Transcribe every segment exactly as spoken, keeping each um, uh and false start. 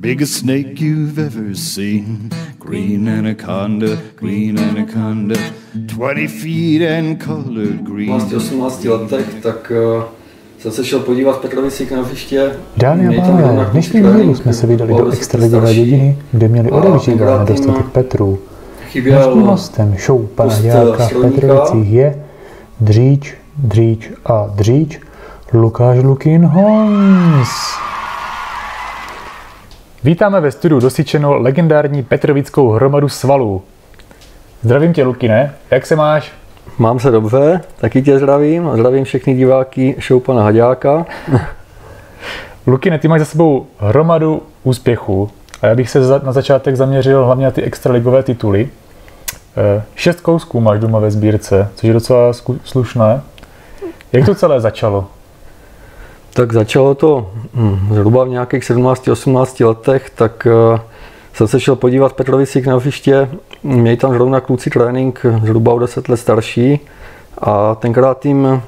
biggest snake you've ever seen. Green anaconda, green anaconda, twenty feet and colored green. V osmnácti letech, tak uh, jsem se šel podívat v Petrovici na hřiště. Dámy a pánové, v dnešním dílu jsme se vydali do extraligové dědiny, kde měli odevžívat nedostatek Petrů. Dnešním hostem show pana Haďáka v Petrovicích je Dříč, Dříč a Dříč Lukáš Lukin Hons. Vítáme ve studiu dosyčenou legendární petrovickou hromadu svalů. Zdravím tě, Lukine, jak se máš? Mám se dobře, taky tě zdravím a zdravím všechny diváky show pana Haďáka. Lukine, ty máš za sebou hromadu úspěchů a já bych se na začátek zaměřil hlavně na ty extraligové tituly. Šest kousků máš doma ve sbírce, což je docela slušné. Jak to celé začalo? Tak začalo to hm, zhruba v nějakých sedmnácti osmnácti letech, tak uh, jsem se šel podívat v Petrovicích na hřiště. Měli tam zrovna kluci trénink, zhruba o deset let starší, a tenkrát jim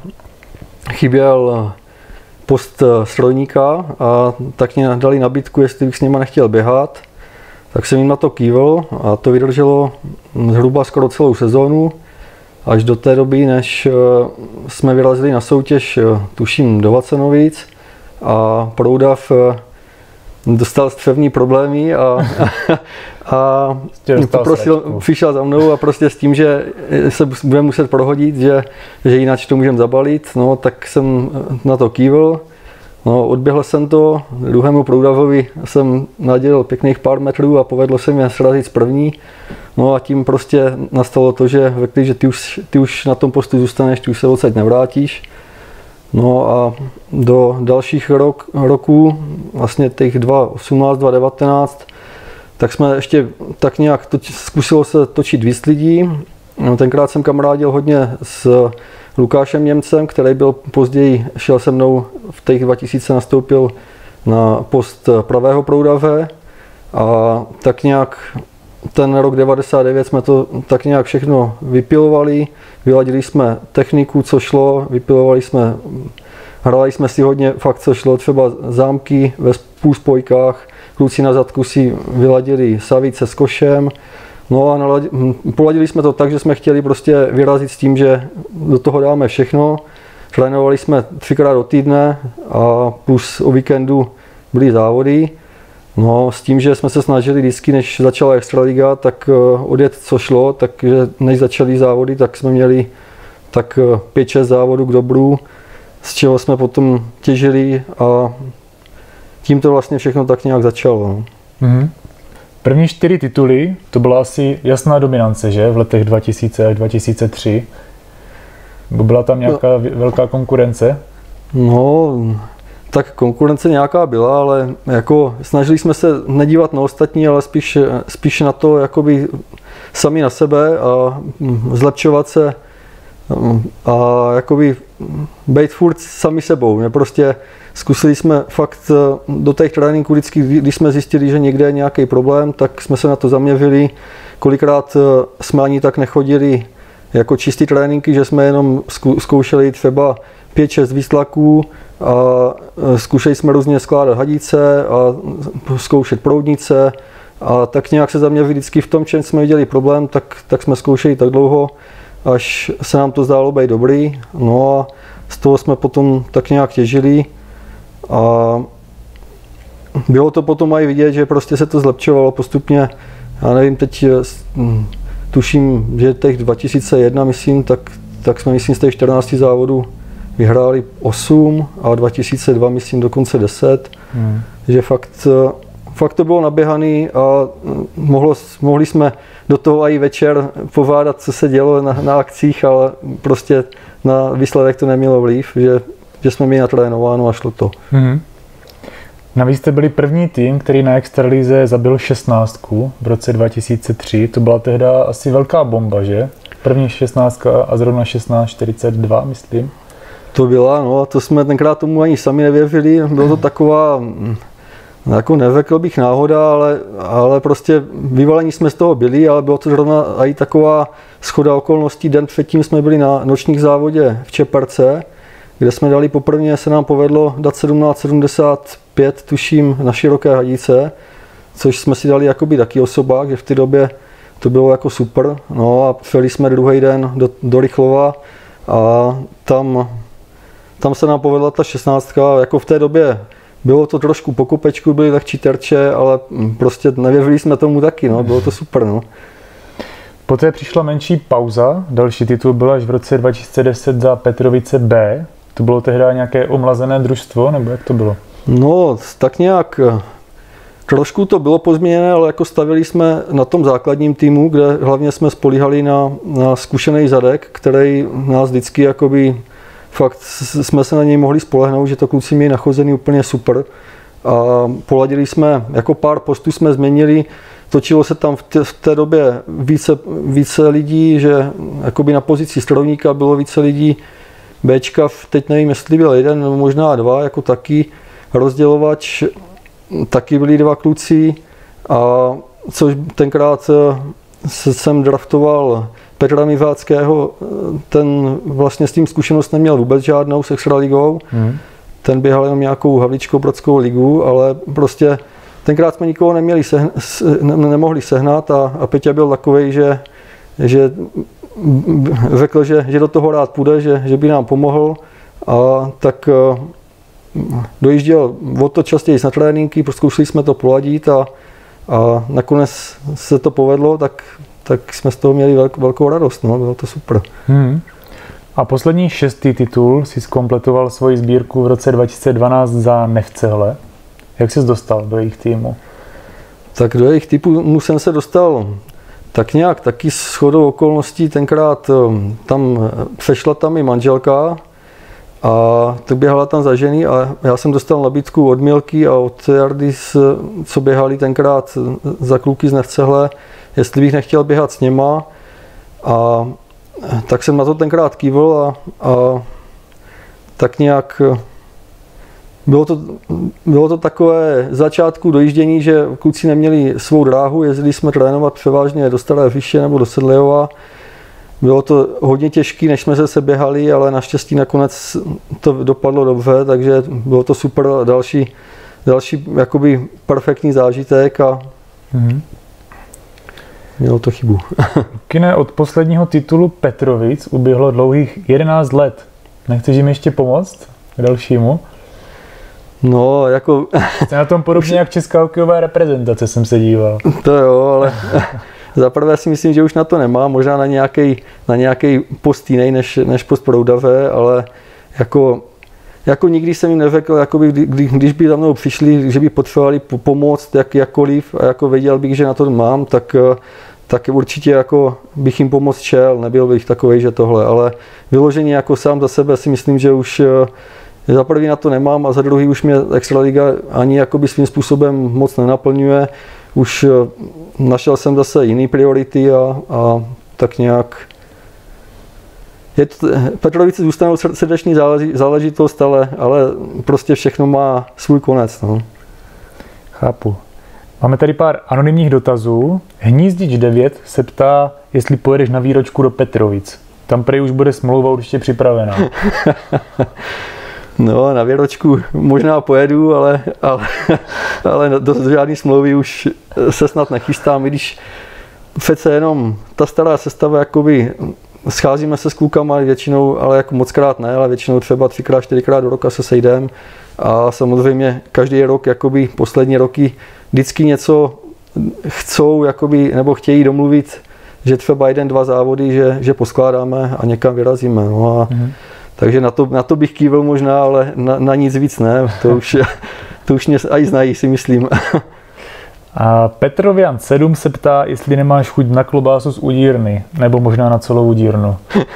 chyběl post strojníka a tak mě dali nabídku, jestli bych s nima nechtěl běhat. Tak jsem jim na to kývl a to vydrželo zhruba skoro celou sezónu, až do té doby, než jsme vyrazili na soutěž, tuším, do Vacenovic, a Proudav dostal střevní problémy a, a, a poprosil, přišel za mnou a prostě s tím, že se budeme muset prohodit, že, že jinak to můžeme zabalit, no, tak jsem na to kývl. No, odběhl jsem to, druhému Proudavovi jsem nadělil pěkných pár metrů a povedlo se mi srazit z první. No a tím prostě nastalo to, že řekli, že ty už, ty už na tom postu zůstaneš, ty už se odsaď nevrátíš. No a do dalších rok, roků, vlastně těch dva tisíce osmnáct, dva tisíce devatenáct, tak jsme ještě tak nějak to, zkusilo se točit víc lidí. No, tenkrát jsem kamarádil hodně s Lukášem Němcem, který byl později, šel se mnou v těch dva tisíce nastoupil na post pravého proudave, a tak nějak ten rok devadesát devět jsme to tak nějak všechno vypilovali, vyladili jsme techniku, co šlo, vypilovali jsme, hrali jsme si hodně fakt, co šlo, třeba zámky ve půlspojkách, kluci na zadku si vyladili savice s košem. No a naladili, poladili jsme to tak, že jsme chtěli prostě vyrazit s tím, že do toho dáme všechno. Trénovali jsme třikrát do týdne a plus o víkendu byly závody. No, s tím, že jsme se snažili vždycky, než začala extraliga, tak odjet, co šlo, takže než začaly závody, tak jsme měli tak pět šest závodů k dobru, z čeho jsme potom těžili, a tím to vlastně všechno tak nějak začalo. Mm-hmm. První čtyři tituly, to byla asi jasná dominance, že? V letech dva tisíce až dva tisíce tři. Byla tam nějaká no, velká konkurence? No, tak konkurence nějaká byla, ale jako snažili jsme se nedívat na ostatní, ale spíš, spíš na to, jakoby sami na sebe a zlepšovat se a jakoby být furt sami sebou. Ne, prostě zkusili jsme fakt do těch tréninků vždycky, když jsme zjistili, že někde je nějaký problém, tak jsme se na to zaměřili. Kolikrát jsme ani tak nechodili jako čistý tréninky, že jsme jenom zkoušeli třeba pět šest výtlaků a zkoušeli jsme různě skládat hadice a zkoušet proudnice, a tak nějak se zaměřili vždycky v tom, čem jsme viděli problém, tak, tak jsme zkoušeli tak dlouho, až se nám to zdálo být dobrý. No a z toho jsme potom tak nějak těžili a bylo to potom i vidět, že prostě se to zlepšovalo postupně. Já nevím, teď tuším, že těch dva tisíce jedna, myslím, tak, tak jsme myslím z těch čtrnácti závodů vyhráli osm a dva tisíce dva, myslím, dokonce deset. Hmm. Že fakt, fakt to bylo naběhaný a mohlo, mohli jsme do toho i večer povádat, co se dělo na, na akcích, ale prostě na výsledek to nemělo vliv, že, že jsme měli natrénováno a šlo to. Hmm. Navíc jste byli první tým, který na extralize zabil šestnáctku v roce dva tisíce tři. To byla tehdy asi velká bomba, že? První šestnáctka a zrovna šestnáct čtyřicet dva, myslím. To byla, no, to jsme tenkrát tomu ani sami nevěřili. Bylo to taková, jako neřekl bych náhoda, ale, ale prostě vyvalení jsme z toho byli, ale bylo to zrovna i taková shoda okolností. Den předtím jsme byli na nočních závodě v Čeperce, kde jsme dali poprvé, se nám povedlo dát sedmnáct sedmdesát pět, tuším, na široké hadice. což jsme si dali jakoby taky osobák, že v té době to bylo jako super. No a přijeli jsme druhý den do, do Rychlova a tam, tam se nám povedla ta šestnáctka, jako v té době bylo to trošku po kopečku, byly lehčí terče, ale prostě nevěřili jsme tomu taky, no, bylo to super. No. Poté přišla menší pauza, další titul byl až v roce dva tisíce deset za Petrovice B. To bylo tehdy nějaké omlazené družstvo, nebo jak to bylo? No, tak nějak trošku to bylo pozměněné, ale jako stavili jsme na tom základním týmu, kde hlavně jsme spolíhali na, na zkušený zadek, který nás vždycky jakoby fakt jsme se na něj mohli spolehnout, že to kluci měli nachozený úplně super. A poladili jsme, jako pár postů jsme změnili, točilo se tam v té, v té době více, více lidí, že jakoby na pozici strojníka bylo více lidí, Bčka, teď nevím, jestli byl jeden, možná dva, jako taky, rozdělovač, taky byli dva kluci, a což tenkrát jsem draftoval Petra Miváckého, ten vlastně s tím zkušenost neměl vůbec žádnou s extraligou, hmm. ten běhal jenom nějakou Havlíčkou Brodskou ligu, ale prostě tenkrát jsme nikoho neměli sehn- ne- nemohli sehnat a, a Peťa byl takovej, že, že řekl, že, že do toho rád půjde, že, že by nám pomohl, a tak dojížděl o to častěji na tréninky, zkoušeli jsme to poladit a, a nakonec se to povedlo, tak, tak jsme z toho měli velk, velkou radost, no, bylo to super. Hmm. A poslední šestý titul si zkompletoval svoji sbírku v roce dva tisíce dvanáct za Nevcehle. Jak jsi dostal do jejich týmu? Tak do jejich týmu jsem se dostal tak nějak taky shodou okolností, tenkrát tam přešla tam i manželka a tak běhala tam za ženy a já jsem dostal nabídku od Milky a od Jardy, co běhali tenkrát za kluky z Nevcehle, jestli bych nechtěl běhat s něma, a tak jsem na to tenkrát kývl a, a tak nějak bylo to, bylo to takové začátku dojíždění, že kluci neměli svou dráhu, jezdili jsme trénovat převážně do Staré Vyše nebo do Sedlejova. Bylo to hodně těžké, než jsme se běhali, ale naštěstí nakonec to dopadlo dobře, takže bylo to super, další, další jakoby perfektní zážitek a mm-hmm. mělo to chybu. Kine, od posledního titulu Petrovic uběhlo dlouhých jedenáct let. Nechceš jim ještě pomoct k dalšímu? No, jako... Jste na tom podobně jak česká hokejová reprezentace, jsem se díval. To jo, ale za prvé si myslím, že už na to nemá, možná na nějaký na nějaký post jiný než, než post proudavé, ale jako, jako nikdy jsem jim neřekl, jakoby, kdy, když by za mnou přišli, že by potřebovali pomoct jak, jakkoliv a jako věděl bych, že na to mám, tak, tak určitě jako bych jim pomoct šel, nebyl bych takovej, že tohle, ale vyloženě jako sám za sebe si myslím, že už za prvý na to nemám a za druhý už mě extraliga ani jakoby svým způsobem moc nenaplňuje. Už našel jsem zase jiný priority a, a tak nějak. Je to, Petrovice zůstanou srdeční záležitost, ale, ale prostě všechno má svůj konec. No. Chápu. Máme tady pár anonymních dotazů. Hnízdič devět se ptá, jestli pojedeš na výročku do Petrovic. Tam prej už bude smlouva určitě připravená. No, na výročku možná pojedu, ale, ale, ale do, do žádné smlouvy už se snad nechystám, i když přece jenom ta stará sestava, jakoby scházíme se s klukama většinou, ale jako mockrát ne, ale většinou třeba třikrát, čtyřikrát do roka se sejdem a samozřejmě každý rok, jakoby poslední roky vždycky něco chcou, jakoby, nebo chtějí domluvit, že třeba jeden, dva závody, že, že poskládáme a někam vyrazíme. No a mm-hmm. Takže na to, na to bych kývil možná, ale na, na nic víc ne. To už, to už mě aj znají, si myslím. A Petrovian sedm se ptá, jestli nemáš chuť na klobásu z udírny, nebo možná na celou udírnu.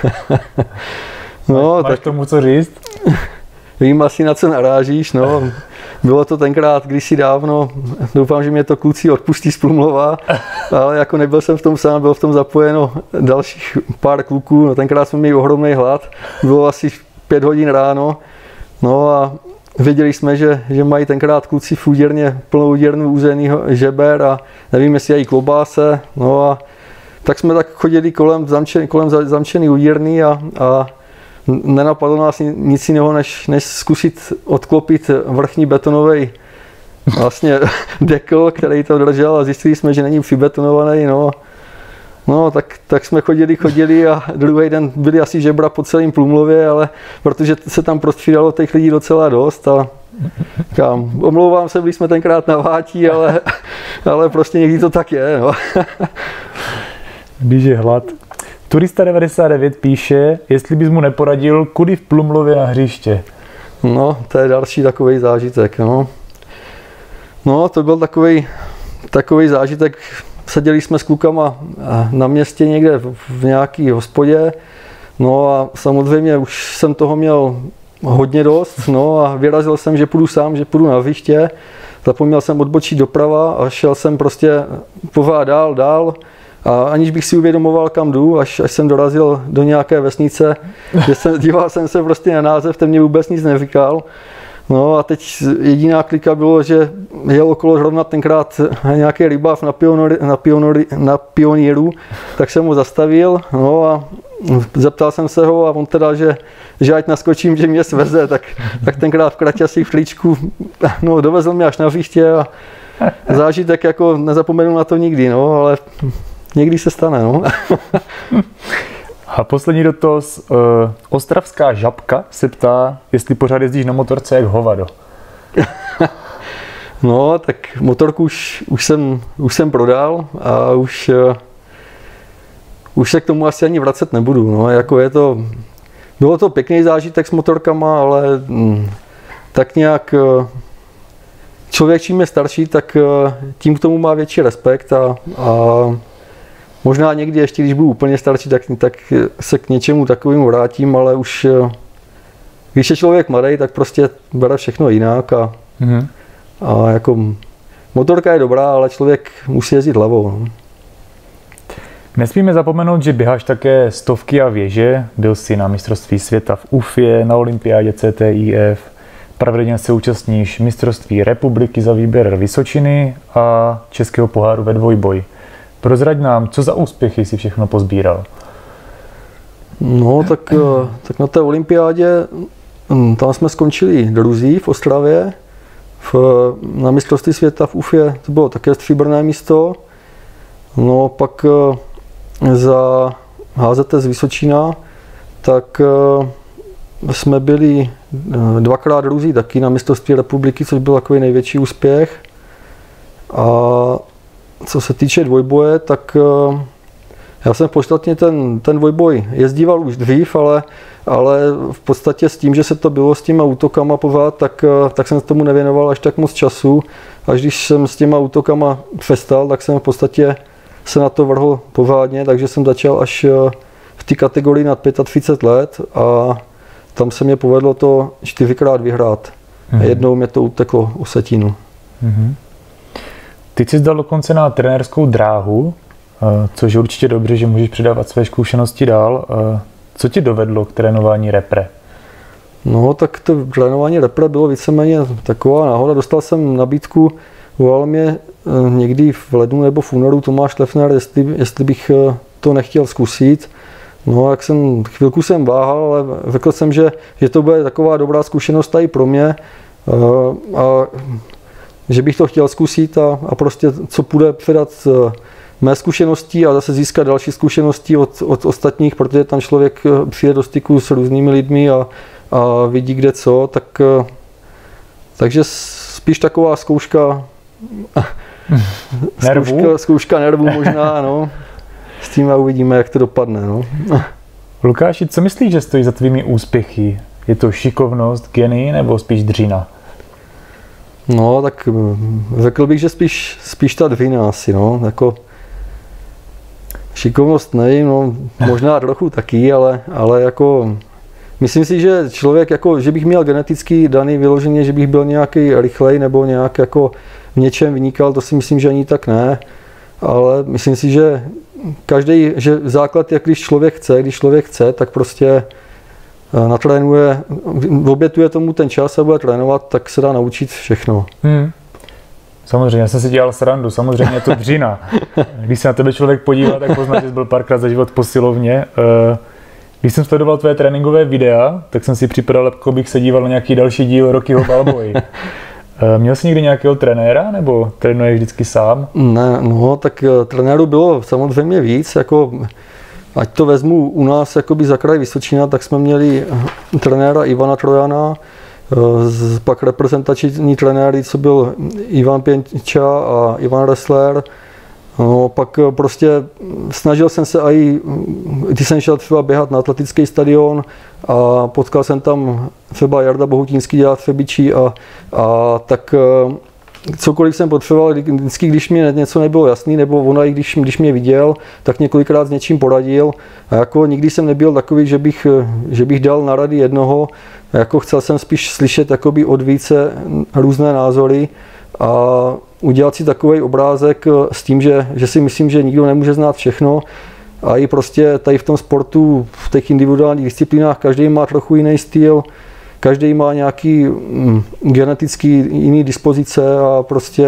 No, máš, máš tak tomu co říct? Vím asi, na co narážíš. No. Bylo to tenkrát kdysi dávno, doufám, že mě to kluci odpustí z Plumlova, ale jako nebyl jsem v tom sám, byl v tom zapojeno dalších pár kluků, no, tenkrát jsme měli ohromný hlad, bylo asi pět hodin ráno, no a věděli jsme, že, že mají tenkrát kluci v úděrně plnou úděrnu úzený žeber a nevím, jestli mají klobáse, no a tak jsme tak chodili kolem, zamčený, kolem zamčený úděrny a, a nenapadlo nás nic jiného, než, než zkusit odklopit vrchní betonový vlastně dekl, který to držel a zjistili jsme, že není přibetonovaný, no. No, tak, tak jsme chodili, chodili a druhý den byli asi žebra po celém Plumlově, ale protože se tam prostřídalo těch lidí docela dost a kam, omlouvám se, byli jsme tenkrát na Vátí, ale, ale prostě někdy to tak je, no. Když je hlad. Turista devadesát devět píše, jestli bys mu neporadil, kudy v Plumlově na hřiště. No, to je další takový zážitek, no. No, to byl takový, takový zážitek. Seděli jsme s klukama na městě někde v nějaký hospodě, no a samozřejmě už jsem toho měl hodně dost, no a vyrazil jsem, že půjdu sám, že půjdu na hřiště. Zapomněl jsem odbočit doprava a šel jsem prostě pořád dál, dál. A aniž bych si uvědomoval, kam jdu, až, až jsem dorazil do nějaké vesnice, že jsem, díval jsem se prostě na název, ten mě vůbec nic neříkal. No a teď jediná klika bylo, že jel okolo zrovna tenkrát nějaký rybář na, pionori, na, pionori, na pioníru, tak jsem ho zastavil, no a zeptal jsem se ho a on teda, že, že ať naskočím, že mě sveze, tak, tak tenkrát v kraťasích flíčku, no dovezl mě až na hřiště a zážitek jako nezapomenu na to nikdy, no, ale někdy se stane, no. A poslední dotaz. Uh, ostravská žabka se ptá, jestli pořád jezdíš na motorce jak hovado. No, tak motorku už, už, jsem, už jsem prodal a už, uh, už se k tomu asi ani vracet nebudu. No, jako je to, bylo to pěkný zážitek s motorkama, ale mm, tak nějak uh, člověk čím je starší, tak uh, tím k tomu má větší respekt a, a možná někdy ještě, když budu úplně starší, tak, tak se k něčemu takovému vrátím, ale už když je člověk mladý, tak prostě bere všechno jinak a, mm-hmm. a jako motorka je dobrá, ale člověk musí jezdit hlavou. No. Nesmíme zapomenout, že běháš také stovky a věže, byl jsi na mistrovství světa v Ufě, na olympiádě C T I F, pravidelně se účastníš mistrovství republiky za výběr Vysočiny a českého poháru ve dvojboji. Prozrať nám, co za úspěchy si všechno pozbíral? No, tak, tak na té olympiádě, tam jsme skončili druzí v Ostravě, v, na mistrovství světa v Ufě, to bylo také stříbrné místo. No, pak za H Z S Vysočina, tak jsme byli dvakrát druzí taky na mistrovství republiky, což byl takový největší úspěch. A co se týče dvojboje, tak já jsem v podstatě ten, ten dvojboj jezdíval už dřív, ale, ale v podstatě s tím, že se to bylo s těma útokama pořád, tak, tak jsem tomu nevěnoval až tak moc času. Až když jsem s těma útokama přestal, tak jsem v podstatě se na to vrhl pořádně, takže jsem začal až v té kategorii nad třicet pět let a tam se mě povedlo to čtyřikrát vyhrát. Mm-hmm. A jednou mě to uteklo o setinu. Mm-hmm. Ty jsi dal dokonce na trenérskou dráhu, což je určitě dobře, že můžeš předávat své zkušenosti dál. Co tě dovedlo k trénování repre? No, tak to trénování repre bylo víceméně taková náhoda. Dostal jsem nabídku, volal mě někdy v lednu nebo v únoru Tomáš Lefner, jestli, jestli bych to nechtěl zkusit. No, jak jsem, chvilku jsem váhal, ale řekl jsem, že, že to bude taková dobrá zkušenost tady pro mě. A že bych to chtěl zkusit a, a prostě co půjde předat mé zkušenosti a zase získat další zkušenosti od, od ostatních, protože tam člověk přijde do styku s různými lidmi a, a vidí kde co, tak takže spíš taková zkouška nervů? Zkouška, zkouška nervů možná, no. S tím a uvidíme, jak to dopadne, no. Lukáši, co myslíš, že stojí za tvými úspěchy? Je to šikovnost, genii nebo spíš dřina? No, tak řekl bych, že spíš, spíš ta dřina asi, no, jako šikovnost nevím, no, možná trochu taky, ale, ale jako myslím si, že člověk, jako, že bych měl geneticky daný vyloženě, že bych byl nějaký rychlej nebo nějak jako v něčem vynikal, to si myslím, že ani tak ne, ale myslím si, že každý, že základ, jak když člověk chce, když člověk chce, tak prostě natrénuje, obětuje tomu ten čas a bude trénovat, tak se dá naučit všechno. Hmm. Samozřejmě, já jsem si dělal srandu, samozřejmě je to dřina. Když se na tebe člověk podívá, tak pozná, že jsi byl párkrát za život posilovně. Když jsem sledoval tvé tréninkové videa, tak jsem si připadal, jako bych se díval na nějaký další díl Rockyho Balboy. Měl jsi někdy nějakého trenéra, nebo trénuješ vždycky sám? Ne, no, tak trenérů bylo samozřejmě víc, jako ať to vezmu u nás jakoby za kraj Vysočina, tak jsme měli trenéra Ivana Trojana, pak reprezentační trenéry, co byl Ivan Pěnča a Ivan Ressler. No, pak prostě snažil jsem se i, když jsem šel třeba běhat na atletický stadion a potkal jsem tam třeba Jarda Bohutínský dělat Febičí a, a tak cokoliv jsem potřeboval, vždycky, když mi něco nebylo jasný, nebo ona, i když, když mě viděl, tak několikrát s něčím poradil. A jako nikdy jsem nebyl takový, že bych, že bych dal na rady jednoho, jako chcel jsem spíš slyšet jakoby od více různé názory a udělat si takový obrázek s tím, že, že si myslím, že nikdo nemůže znát všechno. A i prostě tady v tom sportu, v těch individuálních disciplínách, každý má trochu jiný styl, každý má nějaký mm, genetický jiný dispozice a prostě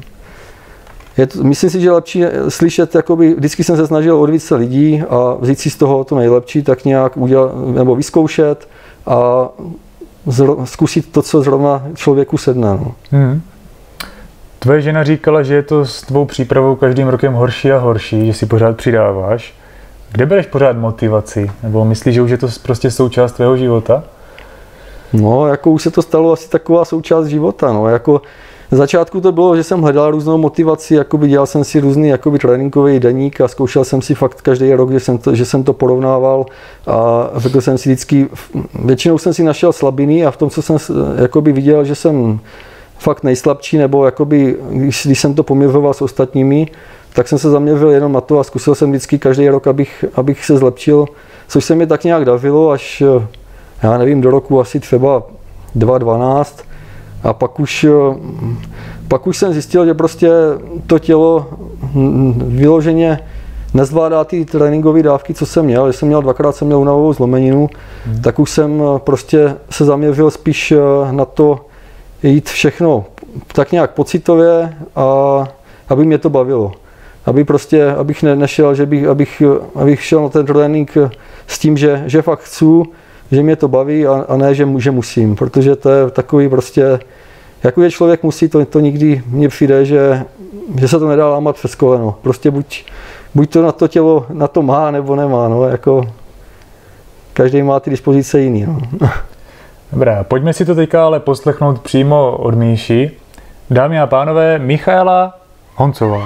je to, myslím si, že je lepší slyšet, jakoby, vždycky jsem se snažil od více lidí a vzít si z toho to nejlepší, tak nějak udělat, nebo vyzkoušet a zro, zkusit to, co zrovna člověku sedne. No. Hmm. Tvoje žena říkala, že je to s tvou přípravou každým rokem horší a horší, že si pořád přidáváš. Kde bereš pořád motivaci? Nebo myslíš, že už je to prostě součást tvého života? No, jako už se to stalo asi taková součást života. No. Jako v začátku to bylo, že jsem hledal různou motivaci, jakoby dělal jsem si různý jakoby tréninkový deník a zkoušel jsem si fakt každý rok, že jsem to, že jsem to porovnával a řekl jsem si vždycky, většinou jsem si našel slabiny a v tom, co jsem jakoby viděl, že jsem fakt nejslabší, nebo jakoby, když, když jsem to poměřoval s ostatními, tak jsem se zaměřil jenom na to a zkusil jsem vždycky každý rok, abych, abych se zlepšil, což se mi tak nějak davilo až, já nevím, do roku asi třeba dva tisíce dvanáct a pak už, pak už jsem zjistil, že prostě to tělo vyloženě nezvládá ty tréninkové dávky, co jsem měl. Když jsem měl dvakrát jsem měl únavovou zlomeninu, hmm. tak už jsem prostě se zaměřil spíš na to, jít všechno tak nějak pocitově a aby mě to bavilo. Aby prostě, abych ne, nešel, že bych, abych, abych šel na ten trénink s tím, že, že fakt chci, že mě to baví a, a ne, že, že musím. Protože to je takový prostě, jako je člověk musí, to, to nikdy mně přijde, že, že se to nedá lámat přes koleno. Prostě buď, buď to na to tělo na to má, nebo nemá. No, jako každý má ty dispozice jiný. No. Dobrá, pojďme si to teďka ale poslechnout přímo od Míši. Dámy a pánové, Michaela Honcová.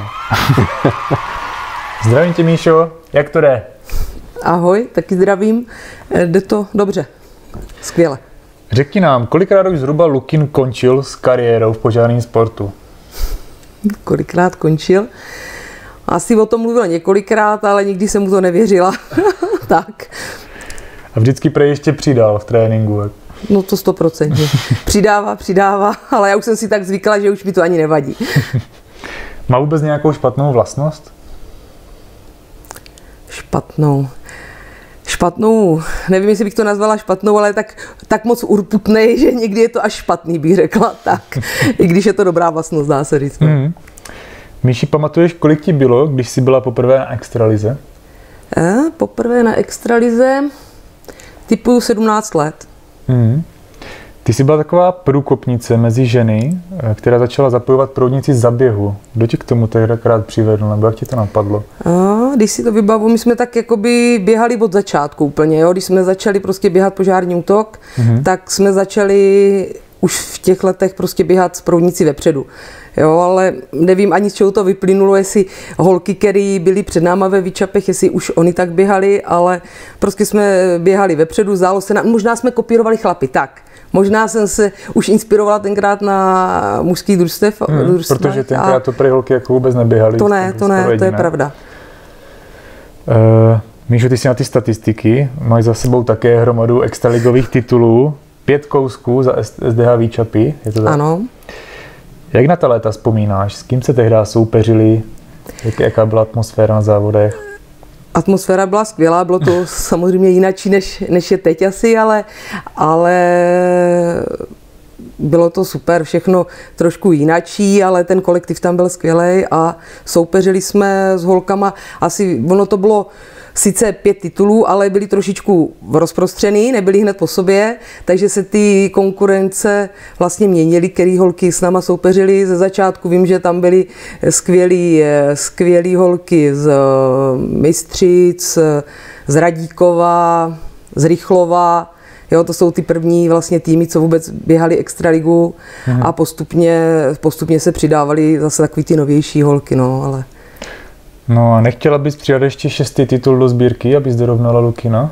Zdravím tě, Míšo, jak to jde? Ahoj, taky zdravím. Jde to dobře, skvěle. Řekni nám, kolikrát už zhruba Lukin končil s kariérou v požárním sportu? Kolikrát končil? Asi o tom mluvil několikrát, ale nikdy jsem mu to nevěřila. Tak. A vždycky prej ještě přidal v tréninku. No to stoprocentně. Přidává, přidává, ale já už jsem si tak zvykla, že už mi to ani nevadí. Má vůbec nějakou špatnou vlastnost? Špatnou. Špatnou, nevím, jestli bych to nazvala špatnou, ale tak, tak moc urputnej, že někdy je to až špatný, bych řekla tak. I když je to dobrá vlastnost, dá se říct. Mm. Míši, pamatuješ, kolik ti bylo, když jsi byla poprvé na extralize? E, poprvé na extralize typu sedmnáct let. Mm. Ty jsi byla taková průkopnice mezi ženy, která začala zapojovat proudnici zaběhu. Kdo tě k tomu tenkrát přivedl, nebo jak ti to napadlo? A, když si to vybavu, my jsme tak jakoby běhali od začátku úplně, jo? Když jsme začali prostě běhat požární útok, mm-hmm. tak jsme začali už v těch letech prostě běhat s proudnicí vepředu. Jo, ale nevím ani z čeho to vyplynulo, jestli holky, které byly před náma ve výčapech, jestli už oni tak běhali, ale prostě jsme běhali vepředu, zdálo se nám, možná jsme kopírovali chlapy, tak. Možná jsem se už inspirovala tenkrát na mužský družstev. Hmm, protože tenkrát to prý holky jako vůbec neběhaly. To ne, to ne, to je pravda. Uh, Míšo, ty si na ty statistiky, máš za sebou také hromadu extraligových titulů, pět kousků za S D H výčapy, je to tak? Ano. Jak na ta léta vzpomínáš? S kým se tehdy soupeřili? Jak, jaká byla atmosféra na závodech? Atmosféra byla skvělá, bylo to samozřejmě jináčí, než, než je teď asi, ale, ale bylo to super, všechno trošku jináčí, ale ten kolektiv tam byl skvělej a soupeřili jsme s holkama, asi ono to bylo sice pět titulů, ale byly trošičku rozprostřený, nebyly hned po sobě, takže se ty konkurence vlastně měnily, který holky s náma soupeřily. Ze začátku vím, že tam byly skvělý, skvělý holky z Mistřic, z Radíkova, z Rychlova. Jo, to jsou ty první vlastně týmy, co vůbec běhali extraligu mhm. a postupně, postupně se přidávaly zase takový ty novější holky, no, ale... No a nechtěla bys přidat ještě šestý titul do sbírky, abys dorovnala Lukina?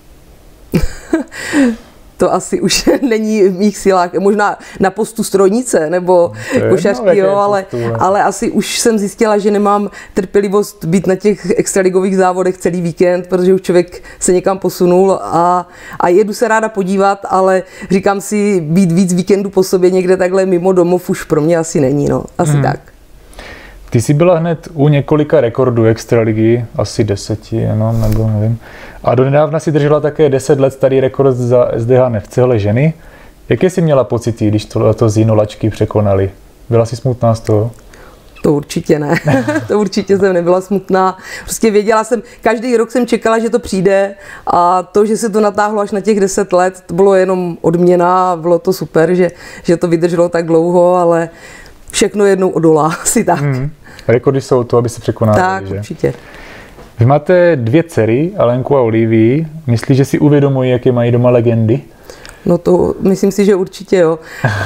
To asi už není v mých silách. Možná na postu strojnice nebo košařky, no, jo, ale, postu, ale asi už jsem zjistila, že nemám trpělivost být na těch extraligových závodech celý víkend, protože už člověk se někam posunul a, a jedu se ráda podívat, ale říkám si, být víc víkendů po sobě někde takhle mimo domov už pro mě asi není, no, asi hmm. tak. Ty jsi byla hned u několika rekordů extraligy, asi deseti jenom, nebo nevím. A donedávna si držela také deset let starý rekord za S D H Nevcehele ženy. Jaké jsi měla pocity, když to, to zínolačky překonali? Byla jsi smutná z toho? To určitě ne. To určitě jsem nebyla smutná. Prostě věděla jsem, každý rok jsem čekala, že to přijde a to, že se to natáhlo až na těch deset let, to bylo jenom odměna a bylo to super, že, že to vydrželo tak dlouho, ale všechno jednou odolá, asi tak. Hmm. Rekordy jsou to, aby se překonali, tak, že? určitě. Vy máte dvě dcery, Alenku a Olivii. Myslíš, že si uvědomují, jaké mají doma legendy? No to myslím si, že určitě jo.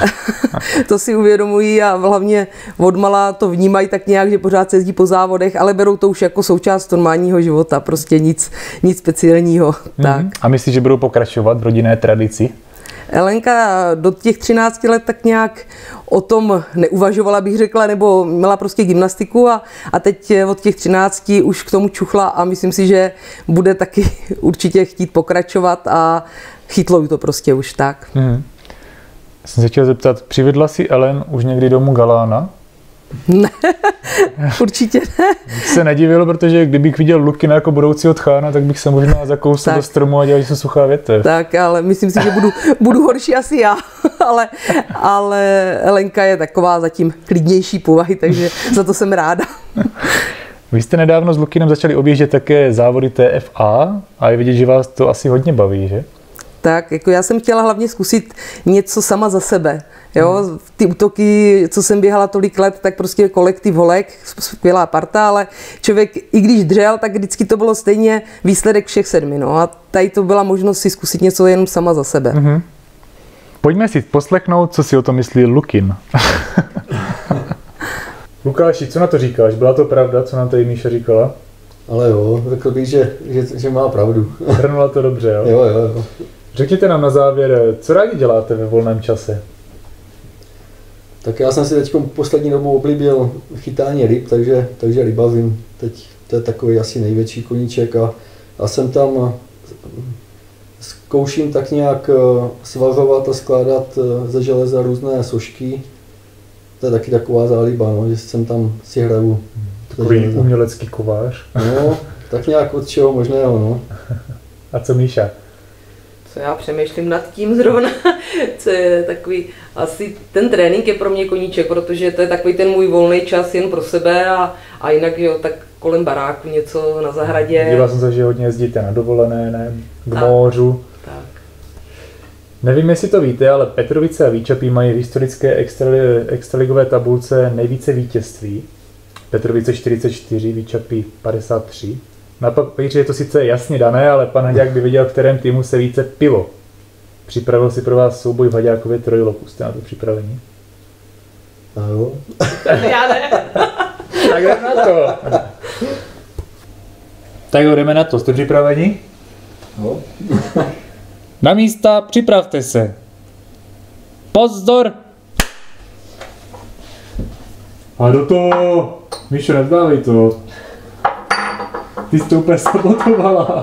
To si uvědomují a hlavně odmala to vnímají tak nějak, že pořád se jezdí po závodech, ale berou to už jako součást normálního života, prostě nic, nic speciálního. Mm-hmm. Tak. A myslíš, že budou pokračovat v rodinné tradici? Elenka do těch třinácti let tak nějak o tom neuvažovala, bych řekla, nebo měla prostě gymnastiku a, a teď od těch třinácti už k tomu čuchla a myslím si, že bude taky určitě chtít pokračovat a chytlo to prostě už tak. Hmm. Jsem se chtěl zeptat, přivedla si Ellen už někdy domů galána? Ne, určitě ne. Se nedivilo, protože kdybych viděl Lukina jako budoucího tchána, tak bych se možná zakousl do stromu a dělal, že se suchá větev. Tak, ale myslím si, že budu, budu horší asi já, ale, ale Elenka je taková zatím klidnější povahy, takže za to jsem ráda. Vy jste nedávno s Lukinem začali objíždět také závody T F A a je vidět, že vás to asi hodně baví, že? Tak, jako já jsem chtěla hlavně zkusit něco sama za sebe. Jo, ty útoky, co jsem běhala tolik let, tak prostě kolektiv holek, skvělá parta, ale člověk, i když dřel, tak vždycky to bylo stejně výsledek všech sedmi. No. A tady to byla možnost si zkusit něco jenom sama za sebe. Mm-hmm. Pojďme si poslechnout, co si o tom myslí Lukin. Lukáši, co na to říkáš? Byla to pravda, co nám tady Míša říkala? Ale jo, řekl bych, že, že, že má pravdu. Hrnula to dobře, jo? Jo, jo, jo. Řekněte nám na závěr, co rádi děláte ve volném čase? Tak já jsem si teď poslední dobou oblíbil chytání ryb, takže, takže rybavím. Teď to je takový asi největší koníček a já jsem tam zkouším tak nějak svazovat a skládat ze železa různé sošky. To je taky taková záliba, no, že jsem tam si hraju. Takový umělecký kovář. No, tak nějak od čeho možného, no. A co Míša? Co já přemýšlím nad tím zrovna, co je takový, asi ten trénink je pro mě koníček, protože to je takový ten můj volný čas jen pro sebe a, a jinak jo, tak kolem baráku něco na zahradě. Díval jsem se, že hodně jezdíte na dovolené, ne? K tak, mořu. Tak. Nevím, jestli to víte, ale Petrovice a Výčapí mají v historické extraligové tabulce nejvíce vítězství. Petrovice čtyřicet čtyři, Výčapí padesát tři. Na papíře je to sice jasně dané, ale pan Haďák by věděl, v kterém týmu se více pilo. Připravil si pro vás souboj v Haďákově trojloku. Jste na to připraveni? Ano. Já ne. Tak jdeme na to. Tak jo, jdeme na to. Jste připraveni? No. Na místa, připravte se. Pozdor! A do toho! Míšo, nevzdávej to. Ty jsi to úplně sabotovala.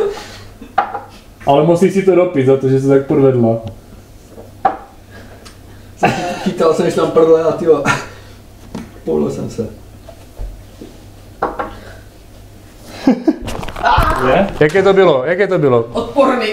Ale musíš si to dopít za to, že jsi tak podvedla. Chytal jsem, že tam prdle a tyjo. Poulil jsem se. Je? Jaké to bylo? Jaké to bylo? Odporný.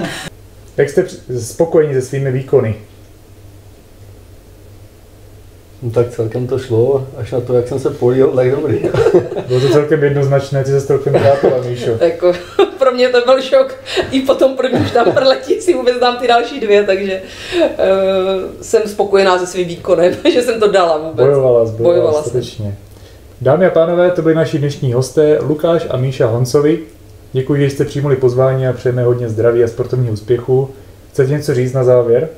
Jak jste spokojení se svými výkony? No tak celkem to šlo, až na to, jak jsem se polil, tak dobrý. Bylo to celkem jednoznačné, ty se celkem trápila, Míšo. Jako, pro mě to byl šok. I po tom prvním štamprletí si vůbec dám ty další dvě, takže uh, jsem spokojená se svým výkonem, že jsem to dala vůbec. Bojovala, bojovala statečně. Dámy a pánové, to byli naši dnešní hosté Lukáš a Míša Honcovi. Děkuji, že jste přijmuli pozvání a přejeme hodně zdraví a sportovního úspěchu. Chcete něco říct na závěr?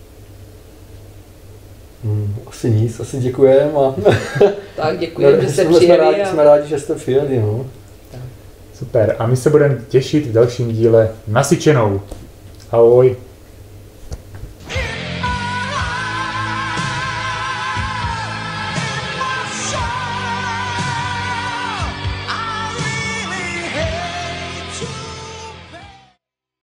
Hmm, asi nic, asi děkujeme a... Tak děkujeme, že jste přijeli. Jsme rádi, a... jsme rádi, že jste přijeli, no. Super, a my se budeme těšit v dalším díle Nasyčenou. Ahoj.